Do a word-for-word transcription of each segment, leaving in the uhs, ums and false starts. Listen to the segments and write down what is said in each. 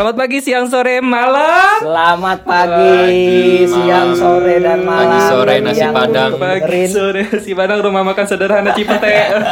Selamat pagi, siang, sore, malam. Selamat pagi, pagi siang, malam. Sore, dan malam. Pagi, sore, nasi padang. Pagi, sore, nasi padang, rumah makan sederhana Cipete.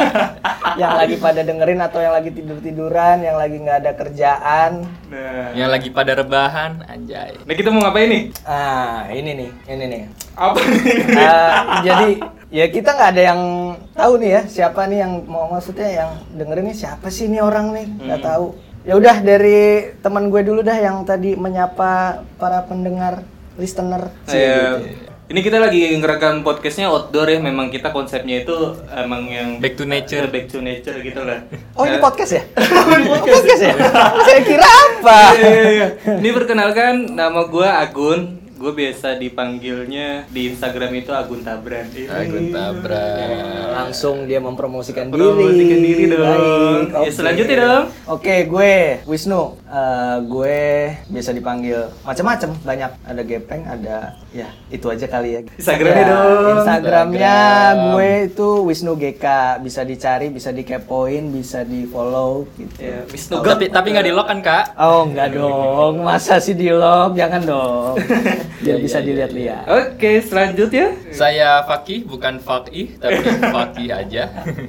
Yang lagi pada dengerin atau yang lagi tidur-tiduran, yang lagi nggak ada kerjaan. Nah. Yang lagi pada rebahan, anjay. Nah, kita mau ngapain nih? Ah, ini nih, ini nih. Apa nih? Uh, jadi ya kita nggak ada yang tahu nih ya siapa nih yang mau maksudnya yang dengerin nih siapa sih ini orang nih nggak hmm. tahu. Ya udah dari teman gue dulu dah yang tadi menyapa para pendengar, listener. Iya. Gitu. Ini kita lagi ngerekam podcastnya outdoor ya. Memang kita konsepnya itu emang yang back to nature, back to nature gitu lah. Oh ini podcast ya? podcast, podcast ya? Saya kira apa? Iya, iya, iya. Ini perkenalkan, nama gue Agun. Gue biasa dipanggilnya di Instagram itu Agun Tabran. Agun Tabran. Langsung dia mempromosikan diri. Mempromosikan diri dong. Baik, okay. Ya selanjutnya dong. Oke, okay, gue Wisnu. Uh, gue biasa dipanggil macam-macam, banyak. Ada gepeng, ada ya itu aja kali ya. Instagramnya ya, dong. Instagramnya gue itu Wisnu G K. Bisa dicari, bisa dikepoin, bisa di follow gitu. Ya, Wisnu. Oh, tapi tapi nggak di lock kan kak? Oh nggak dong, masa sih di lock? Jangan dong. Biar ya, bisa ya, dilihat-lihat. Ya. Oke, selanjutnya saya Fakih, bukan Fakih, tapi Fakih aja.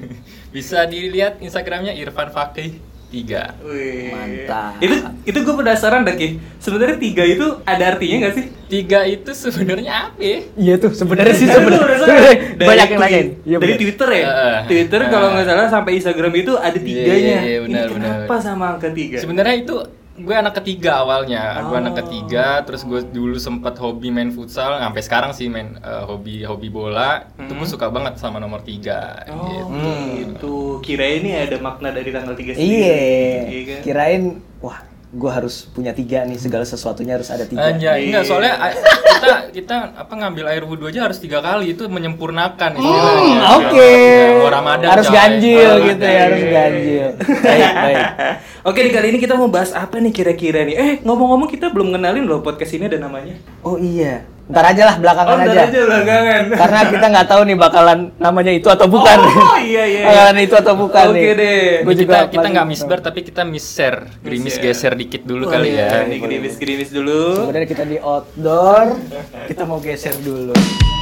Bisa dilihat Instagramnya Irfan Fakih tiga. Wih. Mantap. Itu itu gue penasaran dah Ki. Sebenarnya tiga itu ada artinya nggak sih? Tiga itu sebenarnya apa? Iya tuh sebenarnya sih sebenarnya banyak yang lain. Ya, dari Twitter ya. Uh, Twitter uh, kalau nggak salah sampai Instagram itu ada tiganya. Iya, iya, benar, ini kenapa benar. sama angka tiga? Sebenarnya itu gue anak ketiga awalnya, oh. gue anak ketiga, terus gue dulu sempat hobi main futsal, sampai sekarang sih main uh, hobi hobi bola, hmm. itu gue suka banget sama nomor tiga. Oh, gitu. gitu. Kirain ini ada makna dari tanggal tiga sendiri. Iya, iya kan? Kirain, wah, gue harus punya tiga nih, segala sesuatunya harus ada tiga. Anjay, enggak, soalnya kita kita apa ngambil air wudhu aja harus tiga kali, itu menyempurnakan istilahnya. Hmm, Oke. Okay. Mau Ramadan harus coy. ganjil oh, gitu ya, harus ganjil. Baik, baik. Oke, di kali ini kita mau bahas apa nih kira-kira nih? Eh, ngomong-ngomong kita belum kenalin loh podcast ini ada namanya. Oh iya. Ntar aja lah, belakangan oh, aja. Ntar aja belakangan. Karena kita nggak tahu nih bakalan namanya itu atau bukan. Oh iya iya. Bakalan itu atau bukan Oke nih. Oke deh. Gua kita kita nggak misbar tapi kita miss-share. Gerimis geser dikit dulu oh, kali iya. ya. Ini gerimis-gerimis dulu. Sebenarnya kita di outdoor, kita mau geser dulu.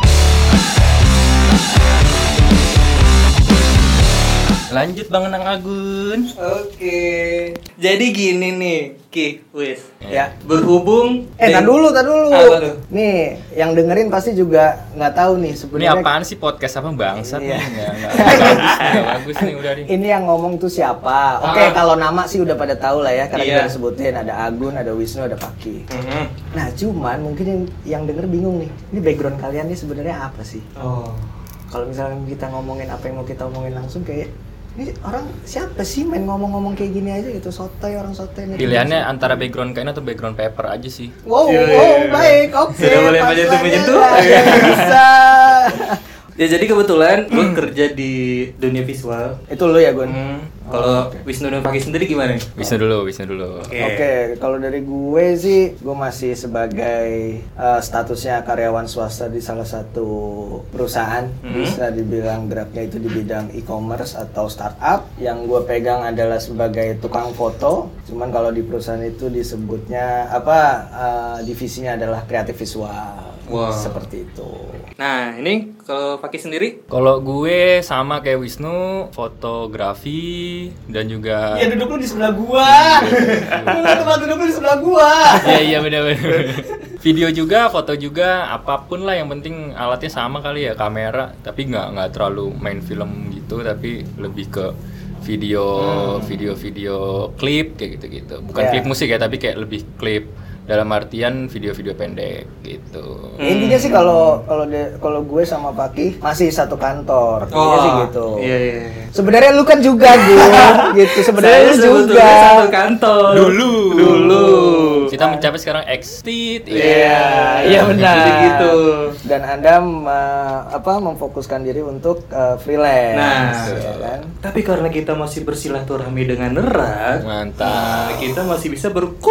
Lanjut Bang Nang Agun. Oke. Jadi gini nih, Ki, wis. Ya. Berhubung Eh, tar dulu, tar dulu. Apa tuh? Nih, yang dengerin pasti juga nggak tahu nih sebenarnya. Ini apaan sih podcast apa bangsat iya. nih? Enggak, enggak bagus, enggak bagus nih udah nih. Ini yang ngomong tuh siapa? Oke, okay, ah. kalau nama sih udah pada tahu lah ya karena iya. kita sebutin ada Agun, ada Wisnu, ada Fakih. Mm-hmm. Nah, cuman mungkin yang, yang denger bingung nih. Ini background kalian nih sebenarnya apa sih? Oh. Kalau misalnya kita ngomongin apa yang mau kita omongin langsung kayak ini orang siapa sih main ngomong-ngomong kayak gini aja gitu, sotoy orang sotoy. Pilihannya antara background kain atau background paper aja sih. Wow, yeah, wow, yeah. Baik, oke. Okay, sudah boleh menyentuh-menyentuh. Bisa. Ya jadi kebetulan gue kerja di dunia visual. Itu lo ya Gun? Hmm. Kalau oh, okay. Wisnu dan Fakih sendiri gimana? Wisnu dulu, Wisnu dulu. Oke, okay. okay. Kalau dari gue sih, gue masih sebagai uh, statusnya karyawan swasta di salah satu perusahaan. Hmm. Bisa dibilang geraknya itu di bidang e-commerce atau startup. Yang gue pegang adalah sebagai tukang foto. Cuman kalau di perusahaan itu disebutnya apa? Uh, divisinya adalah kreatif visual. Wow. Seperti itu. Nah, ini kalau Fakih sendiri? Kalau gue sama kayak Wisnu, fotografi dan juga. Iya, duduk lu di sebelah gua. Lu tempat duduk lu di sebelah gua. Iya, iya benar-benar. Video juga, foto juga, apapun lah yang penting alatnya sama kali ya, kamera. Tapi nggak nggak terlalu main film gitu, tapi lebih ke video, hmm. video-video klip kayak gitu-gitu. Bukan yeah. klip musik ya, tapi kayak lebih klip. Dalam artian video-video pendek gitu. Hmm. Intinya sih kalau kalau kalau gue sama Fakih masih satu kantor. Intinya oh, sih gitu. Iya iya. Sebenarnya lu kan juga gue gitu. Sebenarnya lu juga satu kantor. Dulu. Dulu. Kita mencapai sekarang exit. Iya, iya benar. Gitu. Dan Anda uh, apa memfokuskan diri untuk uh, freelance. Nah, ya kan? Tapi karena kita masih bersilaturahmi dengan erat, mantap. nah, kita masih bisa berkumpul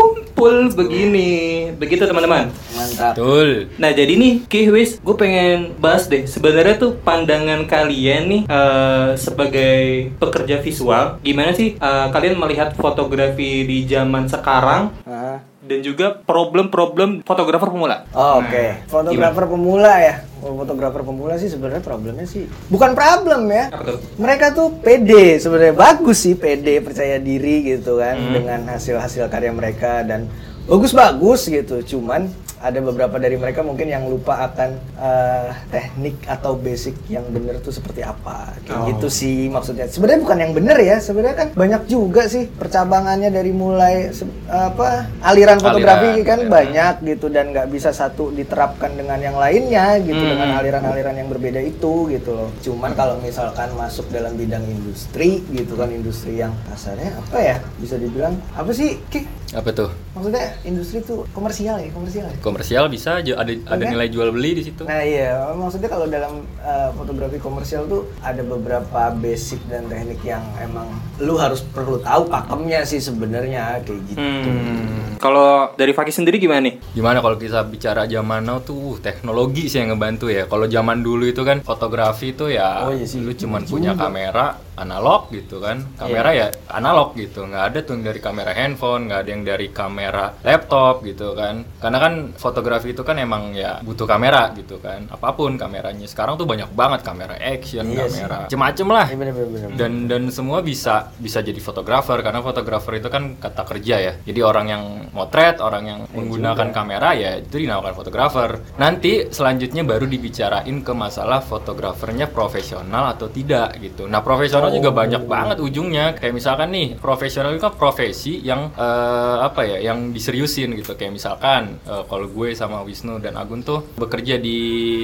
simpul begini. Begitu teman-teman. Mantap. Betul. Nah jadi nih Kihwis, gue pengen bahas deh sebenarnya tuh pandangan kalian nih uh, sebagai pekerja visual, gimana sih uh, kalian melihat fotografi di zaman sekarang Ah. dan juga problem-problem fotografer pemula. Oh, Oke, okay. Nah, fotografer pemula ya. Kalau fotografer pemula sih sebenarnya problemnya sih bukan problem ya. Apa tuh? Mereka tuh pede sebenarnya, bagus sih pede, percaya diri gitu kan Hmm. dengan hasil-hasil karya mereka dan bagus-bagus gitu. Cuman ada beberapa dari mereka mungkin yang lupa akan uh, teknik atau basic yang bener tuh seperti apa kayak Oh. gitu sih maksudnya. Sebenarnya bukan yang bener ya, sebenarnya kan banyak juga sih percabangannya dari mulai se- apa aliran fotografi Aliran, kan aliran. banyak gitu dan nggak bisa satu diterapkan dengan yang lainnya gitu Hmm. dengan aliran-aliran yang berbeda itu gitu loh. Cuman kalau misalkan masuk dalam bidang industri gitu kan, industri yang kasarnya apa ya bisa dibilang apa sih Ki? Apa tuh? Maksudnya industri tuh komersial ya, komersial ya. Komersial bisa ju- ada ada Oke. nilai jual beli di situ. Nah iya, maksudnya kalau dalam uh, fotografi komersial tuh ada beberapa basic dan teknik yang emang lu harus perlu tahu pakemnya sih sebenarnya kayak gitu. Hmm. Kalau dari Fakih sendiri gimana nih? Gimana kalau kita bicara zaman now tuh uh, teknologi sih yang ngebantu ya. Kalau zaman dulu itu kan fotografi itu ya Oh, iya sih. lu cuman Iya punya juga. kamera analog gitu kan. Kamera ya analog gitu. Nggak ada tuh yang dari kamera handphone, nggak ada yang dari kamera laptop gitu kan. Karena kan fotografi itu kan emang ya butuh kamera gitu kan. Apapun kameranya. Sekarang tuh banyak banget kamera action, Iya sih. kamera macem-macem lah. Iya bener-bener. Dan dan semua bisa bisa jadi fotografer karena fotografer itu kan kata kerja ya. Jadi orang yang motret, orang yang menggunakan juga. kamera ya itu dinamakan fotografer. Nanti selanjutnya baru dibicarain ke masalah fotografernya profesional atau tidak gitu. Nah, profesional Oh. juga banyak banget ujungnya. Kayak misalkan nih, profesional itu kan profesi yang eh, apa ya, yang diseriusin gitu. Kayak misalkan eh, kalau gue sama Wisnu dan Agun tuh bekerja di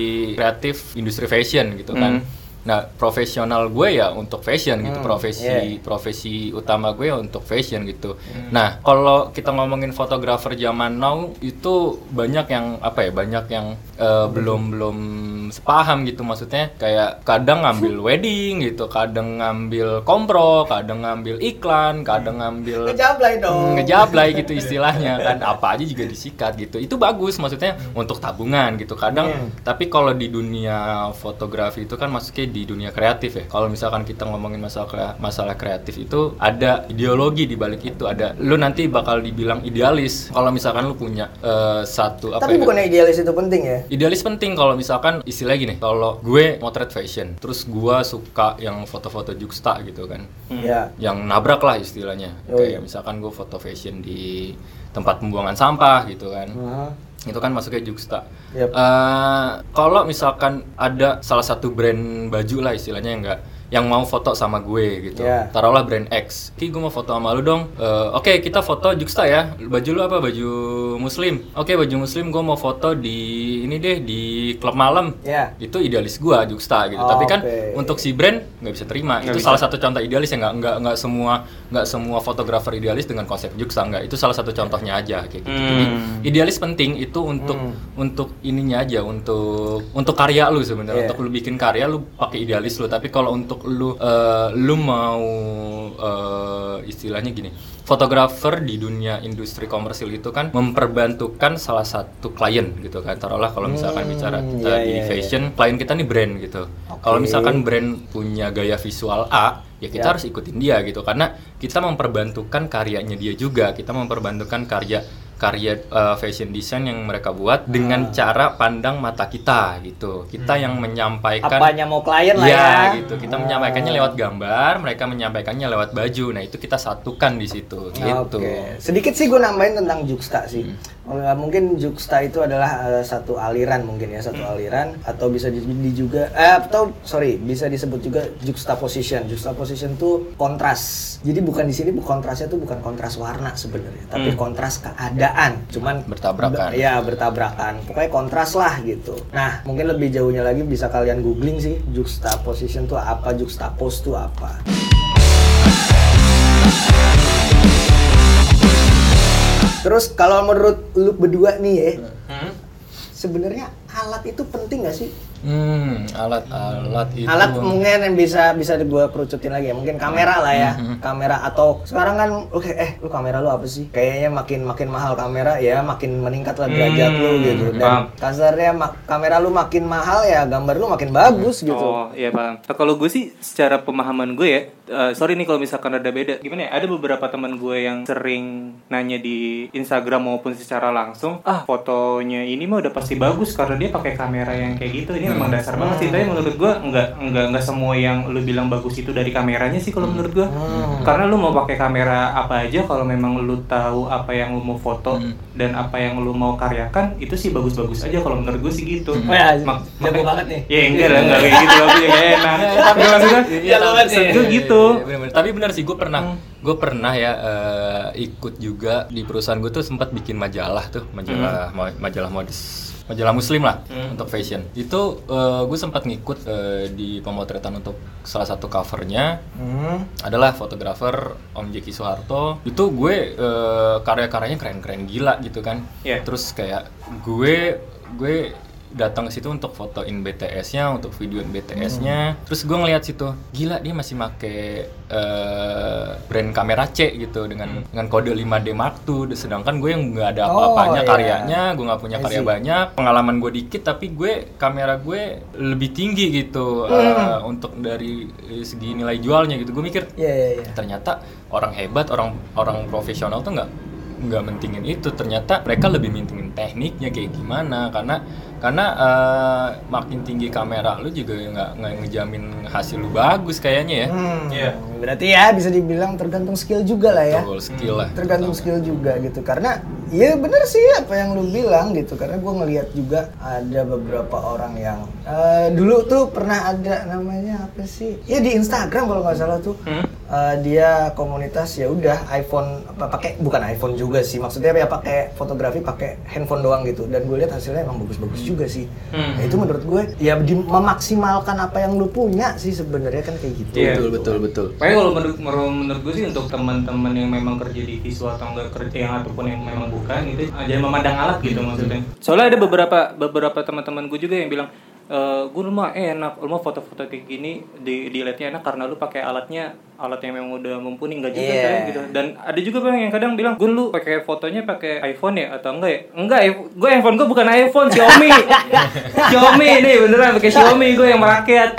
kreatif industri fashion gitu kan. Hmm. Nah, profesional gue ya untuk fashion gitu, Hmm, profesi yeah. profesi utama gue ya untuk fashion gitu. Nah, kalau kita ngomongin fotografer zaman now itu banyak yang apa ya, banyak yang eh, belum belum sepaham gitu, maksudnya kayak kadang ngambil wedding gitu, kadang ngambil kompro, kadang ngambil iklan, kadang ngambil Ngejablay dong. Hmm, ngejablay gitu istilahnya kan, apa aja juga disikat gitu. Itu bagus maksudnya untuk tabungan gitu kadang. Hmm. Tapi kalau di dunia fotografi itu kan masuknya di dunia kreatif ya. Kalau misalkan kita ngomongin masalah masalah kreatif itu ada ideologi di balik itu. Ada lu nanti bakal dibilang idealis kalau misalkan lu punya eh, satu apa Tapi ya? bukannya idealis itu penting ya? Idealis penting kalau misalkan istilahnya gini, kalau gue motret fashion, terus gue suka yang foto-foto juxta gitu kan, Ya. yang nabrak lah istilahnya, Oh, kayak iya. misalkan gue foto fashion di tempat pembuangan sampah gitu kan, Hah? itu kan masuknya juxta. Yep. Eh, kalau misalkan ada salah satu brand baju lah istilahnya yang enggak yang mau foto sama gue gitu, Yeah. taruhlah brand X, Ki gue mau foto sama lu dong. Eh, Oke kita foto juxta ya, baju lu apa, baju muslim. Oke baju muslim gue mau foto di ini deh di klub malam. Ya. Itu idealis gue juxta gitu. Oh, Tapi kan oke. untuk si brand nggak bisa terima. Nggak itu bisa. salah satu contoh idealis ya, nggak nggak nggak semua nggak semua fotografer idealis dengan konsep juxta, nggak. Itu salah satu contohnya aja kayak gitu. Jadi Hmm. idealis penting itu untuk Hmm. untuk ininya aja, untuk untuk karya lu sebenarnya. Yeah. Untuk lu bikin karya lu pakai idealis lu. Tapi kalau untuk lu eh, lu mau eh, istilahnya gini, fotografer di dunia industri komersil itu kan memperbantukan salah satu klien gitu kan. Taruhlah kalau misalkan Hmm, bicara kita iya, di iya, fashion, klien kita nih brand gitu. Kalau misalkan brand punya gaya visual A, ya kita Ya. harus ikutin dia gitu, karena kita memperbantukan karyanya dia juga, kita memperbantukan karya karya uh, fashion design yang mereka buat dengan cara pandang mata kita gitu. Kita yang menyampaikan Apanya mau klien lah ya, ya. gitu. Kita Ah. menyampaikannya lewat gambar, mereka menyampaikannya lewat baju. Nah, itu kita satukan di situ gitu. Oke. Sedikit sih gue nambahin tentang juxta sih. Eh, Mungkin juxta itu adalah eh, satu aliran mungkin ya, satu aliran atau bisa di, di juga eh atau sorry, bisa disebut juga juxtaposition. Juxtaposition tuh kontras. Jadi bukan di sini bu- kontrasnya tuh bukan kontras warna sebenarnya, tapi Hmm. kontras keadaan. Cuman Bertabrakan. Be- ya, bertabrakan. Pokoknya kontras lah gitu. Nah, mungkin lebih jauhnya lagi bisa kalian googling sih juxtaposition tuh apa, juxtapose tuh apa. Terus kalau menurut lu berdua nih ya, Hmm? sebenarnya alat itu penting nggak sih Hmm, alat-alat itu. Alat mungkin yang bisa bisa gue kerucutin lagi ya, mungkin kamera lah ya, mm-hmm. kamera atau sekarang kan, oke okay, eh lu kamera lu apa sih? Kayaknya makin makin mahal kamera ya, makin meningkat lah derajat hmm, lu gitu. Dan paham. Kasarnya mak- kamera lu makin mahal ya, gambar lu makin bagus gitu. Oh iya paham. Nah, kalau gue sih secara pemahaman gue ya, uh, sorry nih kalau misalkan ada beda. Gimana ya? Ada beberapa teman gue yang sering nanya di Instagram maupun secara langsung, ah fotonya ini mah udah pasti bagus karena dia pakai kamera yang kayak gitu. Ini memang dasar hmm. banget sih, tapi menurut gue enggak enggak enggak semua yang lu bilang bagus itu dari kameranya sih kalau hmm. menurut gue. Hmm. Karena lu mau pakai kamera apa aja kalau memang lu tahu apa yang lu mau foto hmm. dan apa yang lu mau karyakan, itu sih bagus-bagus aja kalau menurut gue sih gitu. Hmm. Oh ya, Mak- jago banget nih. Ya enggak lah, enggak kayak gitu tapi ya kayak enak. Tapi maksudnya ya itu gitu. Tapi benar sih, gue pernah hmm. gue pernah ya uh, ikut juga di perusahaan gue tuh sempat bikin majalah tuh, majalah hmm. majalah modis. Majalah muslim lah hmm. untuk fashion. Itu uh, gue sempat ngikut uh, di pemotretan untuk salah satu covernya hmm. adalah fotografer Om Jeki Soeharto. Itu gue uh, karya-karyanya keren-keren gila gitu kan. Yeah. Terus kayak gue gue datang ke situ untuk fotoin B T S-nya, untuk videoin B T S-nya. Hmm. Terus gue ngeliat situ, gila dia masih make uh, brand kamera C gitu dengan hmm. dengan kode lima D Mark two. Sedangkan gue yang nggak ada apa-apanya oh, karyanya, yeah. gue nggak punya karya banyak, pengalaman gue dikit, tapi gue kamera gue lebih tinggi gitu hmm. uh, untuk dari segi nilai jualnya gitu. Gue mikir, yeah, yeah, yeah. ternyata orang hebat, orang orang profesional tuh nggak nggak mentingin itu. Ternyata mereka lebih mentingin tekniknya kayak gimana, karena karena uh, makin tinggi kamera lu juga nggak nggak ngejamin hasil lu bagus kayaknya ya. Hmm, yeah. Berarti ya bisa dibilang tergantung skill juga lah ya. Betul, skill lah. Tergantung skill juga gitu, karena iya bener sih apa yang lu bilang gitu. Karena gue ngelihat juga ada beberapa orang yang uh, dulu tuh pernah ada namanya apa sih? Ya di Instagram kalau nggak salah tuh hmm? uh, dia komunitas ya udah iPhone apa pakai bukan iPhone juga sih, maksudnya ya pakai fotografi pakai handphone doang gitu. Dan gue lihat hasilnya emang bagus-bagus juga sih. Hmm. Nah, itu menurut gue ya di, memaksimalkan apa yang lu punya sih sebenarnya kan kayak gitu. Yeah, betul betul betul. Makanya kalau menurut menurut gue sih untuk teman-teman yang memang kerja di visual atau enggak kerja yang ataupun yang memang bukan itu jangan memandang alat gitu maksudnya. Soalnya ada beberapa beberapa teman-teman gue juga yang bilang Uh, gue mah enak, lu mah foto-foto kayak gini di di liatnya enak karena lu pakai alatnya alat yang memang udah mumpuni, enggak juga yeah. Saya gitu. Dan ada juga bang yang kadang bilang, gue lu pakai fotonya pakai iPhone ya atau enggak ya? Enggak, gue handphone gue bukan iPhone, Xiaomi. Xiaomi nih beneran pakai Xiaomi gue yang merakyat.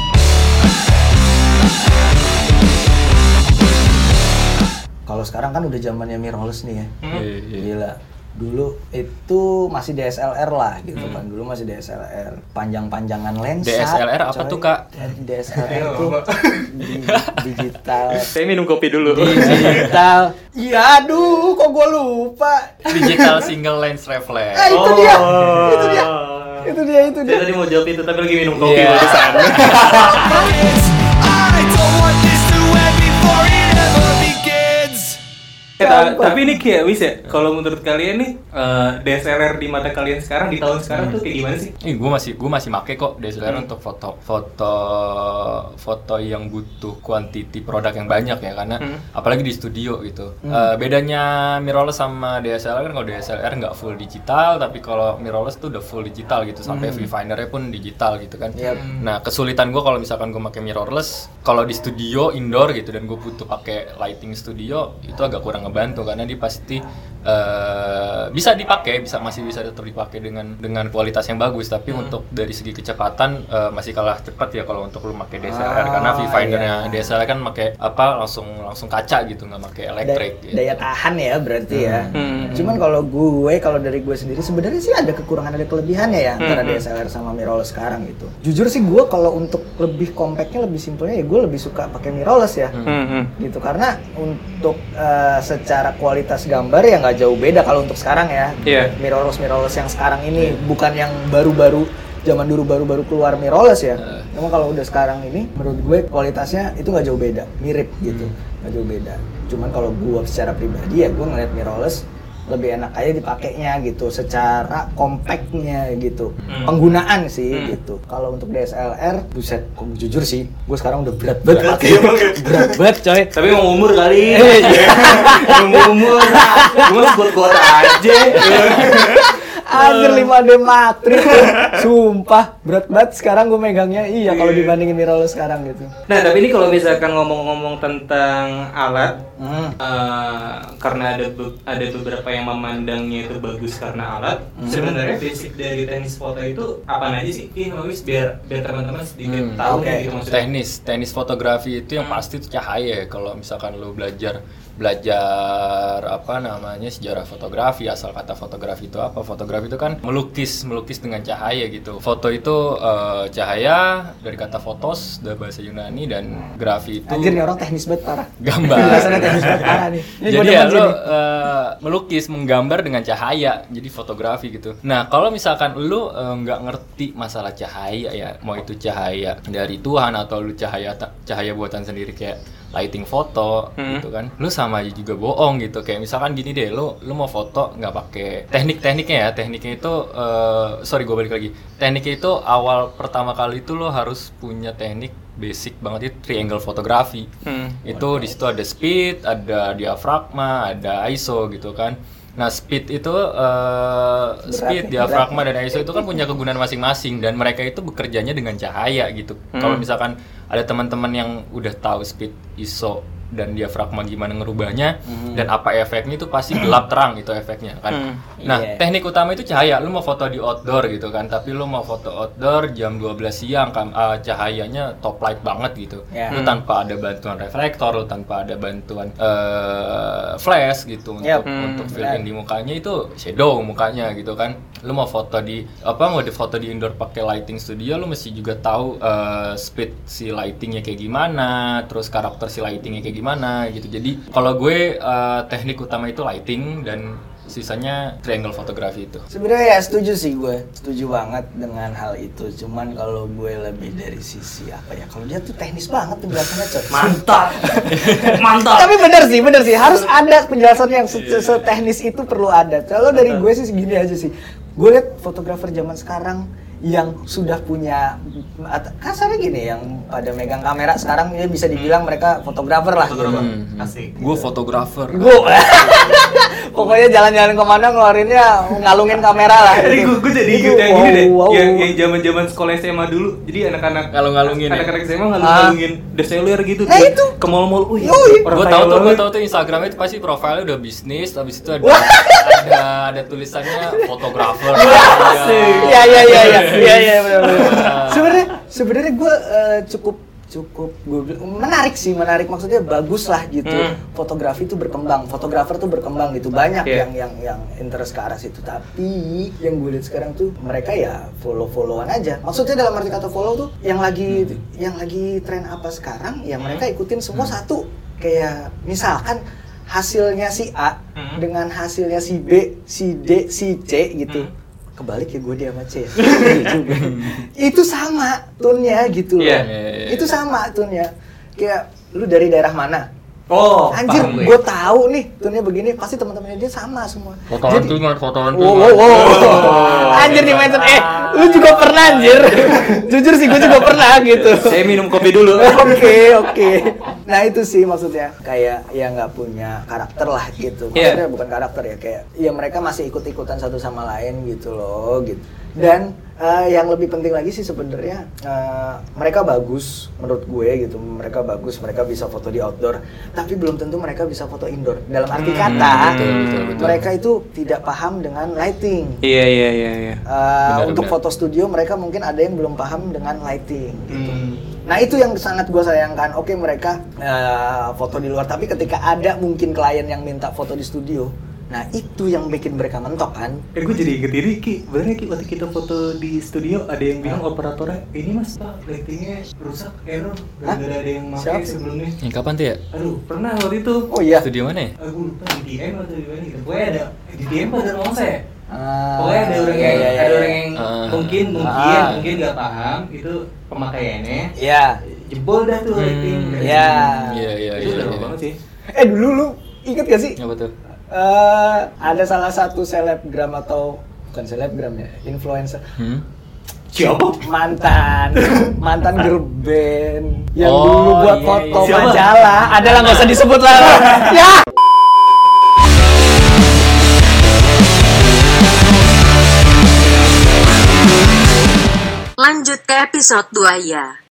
Kalau sekarang kan udah zamannya mirrorless nih ya. Hmm. Gila. Dulu itu masih D S L R lah gitu hmm. kan, dulu masih D S L R, panjang-panjangan lensa. D S L R apa coy. Tuh kak? D S L R itu di, digital. Saya minum kopi dulu. Digital. Iya, aduh, kok gue lupa. Digital single lens reflex. Eh, itu oh. dia, itu dia, itu dia, itu dia. Saya tadi mau jawab itu tapi lagi minum kopi yeah. barusan. Eh, ta- tapi ini kayak wis ya, kalau menurut kalian nih uh, D S L R di mata kalian sekarang di tahun sekarang hmm. tuh kayak gimana sih? Ih, gue masih gue masih make kok D S L R hmm. untuk foto foto foto yang butuh quantity produk yang banyak ya, karena hmm. apalagi di studio gitu. Hmm. Uh, bedanya mirrorless sama D S L R kan, kalau D S L R nggak full digital, tapi kalau mirrorless tuh udah full digital gitu, sampai hmm. viewfindernya pun digital gitu kan. Yep. Nah kesulitan gue kalau misalkan gue pakai mirrorless, kalau di studio indoor gitu dan gue butuh pakai lighting studio, itu agak kurang ngebantu karena dia pasti uh, bisa dipakai, bisa masih bisa tetap dipakai dengan dengan kualitas yang bagus, tapi hmm. untuk dari segi kecepatan uh, masih kalah cepat ya kalau untuk lu pakai D S L R ah, karena viewfindernya iya. D S L R kan pakai apa langsung langsung kaca gitu, nggak pakai elektrik. Da- gitu. Daya tahan ya berarti hmm. ya. Hmm. Cuman kalau gue kalau dari gue sendiri sebenarnya sih ada kekurangan ada kelebihannya ya hmm. antara D S L R sama mirrorless sekarang gitu. Jujur sih gue kalau untuk lebih compactnya lebih simpelnya ya gue lebih suka pakai mirrorless ya. Hmm. Gitu karena untuk uh, secara kualitas gambar ya nggak jauh beda kalau untuk sekarang ya. Yeah. Mirrorless mirrorless yang sekarang ini yeah. bukan yang baru-baru zaman dulu baru-baru keluar mirrorless ya. Uh. Memang kalau udah sekarang ini menurut gue kualitasnya itu nggak jauh beda, mirip gitu, nggak jauh beda. Cuman kalau gue secara pribadi ya gue ngeliat mirrorless lebih enak aja dipakainya gitu, secara compactnya gitu, hmm. penggunaan sih hmm. gitu. Kalau untuk D S L R, buset, kok jujur sih, gue sekarang udah berat banget pakai, berat banget coy. Tapi mau umur kali, mau umur, gue kuat-kuat aja. Anjir lima D Matrix. Sumpah, berat banget sekarang gue megangnya. Iya, kalau dibandingin mirrorless sekarang gitu. Nah, tapi ini kalau misalkan ngomong-ngomong tentang alat, Hmm. uh, karena ada be- ada beberapa yang memandangnya itu bagus karena alat. Hmm. Sebenarnya basic dari teknis foto itu apa aja sih? Ini Mawis biar biar teman-teman sedikit Hmm, tahu oke. gitu maksudnya. teknis teknis fotografi itu yang pasti itu cahaya. Kalau misalkan lu belajar belajar apa namanya sejarah fotografi, asal kata fotografi itu apa, fotografi itu kan melukis melukis dengan cahaya gitu. Foto itu eh, cahaya dari kata fotos dari bahasa Yunani, dan grafi itu Anjir nih orang teknis banget parah. gambar. Penjelasannya teknis banget parah nih. Ini Jadi gua ya demen sih lo nih. eh, melukis, menggambar dengan cahaya, jadi fotografi gitu. Nah kalau misalkan lu eh, nggak ngerti masalah cahaya ya, mau itu cahaya dari Tuhan atau lu cahaya cahaya buatan sendiri kayak lighting foto Hmm. gitu kan, lu sama aja juga bohong gitu. Kayak misalkan gini deh, lu lu mau foto nggak pakai teknik-tekniknya ya, tekniknya itu eh, sorry gue balik lagi, tekniknya itu awal pertama kali itu lo harus punya teknik basic banget itu triangle fotografi. Hmm. Itu di situ ada speed, ada diafragma, ada I S O gitu kan. Nah speed itu eh, speed, nih, diafragma dan I S O itu kan punya kegunaan masing-masing, dan mereka itu bekerjanya dengan cahaya gitu. Hmm. Kalau misalkan ada teman-teman yang udah tahu speed, I S O dan diafragma gimana ngerubahnya dan apa efeknya, itu pasti gelap terang itu efeknya kan. Hmm. Nah, Iya. teknik utama itu cahaya. Lu mau foto di outdoor gitu kan, tapi lu mau foto outdoor jam dua belas siang kan, uh, cahayanya top light banget gitu. Ya. Lu tanpa ada bantuan reflektor, lu tanpa ada bantuan uh, flash gitu untuk Yap. untuk Hmm, fill in benar. di mukanya, itu shadow mukanya gitu kan. Lu mau foto di apa mau di foto di indoor pakai lighting studio, lu mesti juga tahu uh, speed si lightingnya kayak gimana, terus karakter si lightingnya kayak gimana gitu. Jadi kalau gue uh, teknik utama itu lighting, dan sisanya triangle fotografi itu. Sebenarnya ya setuju sih gue, setuju banget dengan hal itu. Cuman kalau gue lebih dari sisi apa ya? Kalau dia tuh teknis banget penjelasannya, Cok. Mantap. Mantap. Tapi bener sih, bener sih. Harus ada penjelasan yang se- seteknis itu perlu ada. Kalau dari gue sih segini aja sih. Gue lihat fotografer zaman sekarang yang sudah punya, at- kasarnya gini, yang pada megang kamera sekarang ya bisa dibilang mereka fotografer lah. Fotografer. Hmm. Asik. Gue fotografer. Gue pokoknya jalan-jalan kemana ngeluarinnya ngalungin kamera lah. Jadi gitu. gue, gue jadi Itu, inget yang gini deh, wow, yang wow. yang zaman-zaman sekolah S M A dulu. Jadi anak-anak Ngalung-ngalungin ya? anak-anak S M A ngalung-ngalungin deseler gitu. Nah, tuh. itu. Ke mall-mall. Wih, Yoi. orang Gue kaya tahu tuh, gue banget. tahu tuh Instagramnya itu pasti profilnya udah bisnis, habis itu ada ada ada tulisannya fotografer. Iya iya iya iya iya iya benar-benar. Sebenarnya sebenarnya gue eh, cukup cukup gue bilang, menarik sih, menarik maksudnya bagus lah gitu. Hmm. Fotografi itu berkembang, fotografer tuh berkembang gitu, banyak Yeah. yang yang yang interest ke arah situ. Tapi yang gue lihat sekarang tuh mereka ya follow-followan aja. Maksudnya dalam arti kata follow tuh yang lagi yang lagi tren apa sekarang ya mereka ikutin semua satu. Kayak misalkan hasilnya si A Hmm. dengan hasilnya si B, si D, si C gitu. Hmm. Kebalik ya gue dia sama C. Iya juga. Itu sama tune-nya gitu loh. Iya. Itu sama tune-nya. Kayak lu dari daerah mana? Oh, Anjir, paham gue. gue tahu nih tune-nya begini, pasti teman-temannya dia sama semua. Foto Jadi- antingan, foto Wow, antingan. wow, wow. Anjir di mention, eh, lu juga pernah anjir. Jujur sih gue juga pernah gitu. Saya minum kopi dulu. Oke, oke. Nah itu sih maksudnya kayak ya nggak punya karakter lah gitu. Maksudnya bukan karakter ya, kayak ya mereka masih ikut-ikutan satu sama lain gitu loh gitu. Dan eh, yang lebih penting lagi sih sebenarnya eh, mereka bagus menurut gue gitu. Mereka bagus, mereka bisa foto di outdoor, tapi belum tentu mereka bisa foto indoor. Dalam arti Hmm, kata, betul, betul, betul. mereka itu tidak paham dengan lighting. Iya iya iya iya. Uh, Benar, untuk benar. foto studio mereka mungkin ada yang belum paham dengan lighting gitu. Hmm. Nah itu yang sangat gue sayangkan. Oke mereka uh, foto di luar, tapi ketika ada mungkin klien yang minta foto di studio, nah itu yang bikin mereka mentok kan. Eh gue jadi inget ini Ki, benernya Ki waktu kita foto di studio ada yang bilang operatornya, ini mas pak lightingnya rusak, error gara-gara ada yang Siapa? pakai sebelumnya. Yang kapan tuh ya? Aduh pernah waktu itu. Oh iya. Studio mana ya? Aku lupa di D M atau di mana gitu. Pokoknya ada di D M ada ngomong saya. Ah, Pokoknya ada orang iya, yang iya, ada iya. orang yang Ah. mungkin mungkin Ah. mungkin nggak paham itu pemakaiannya. Iya. Jebol dah tuh lighting. Hmm, Iya. Iya iya Itu iya. udah iya. banget sih. Eh dulu lu inget gak sih? Apa tuh? Eh, ada salah satu selebgram atau bukan selebgram ya, influencer. Hmm? Siapa? Mantan, mantan girl band yang Oh, dulu buat iya, foto iya. Siapa? majalah. Adalah nggak usah disebut lah. Ya. episode dua ya.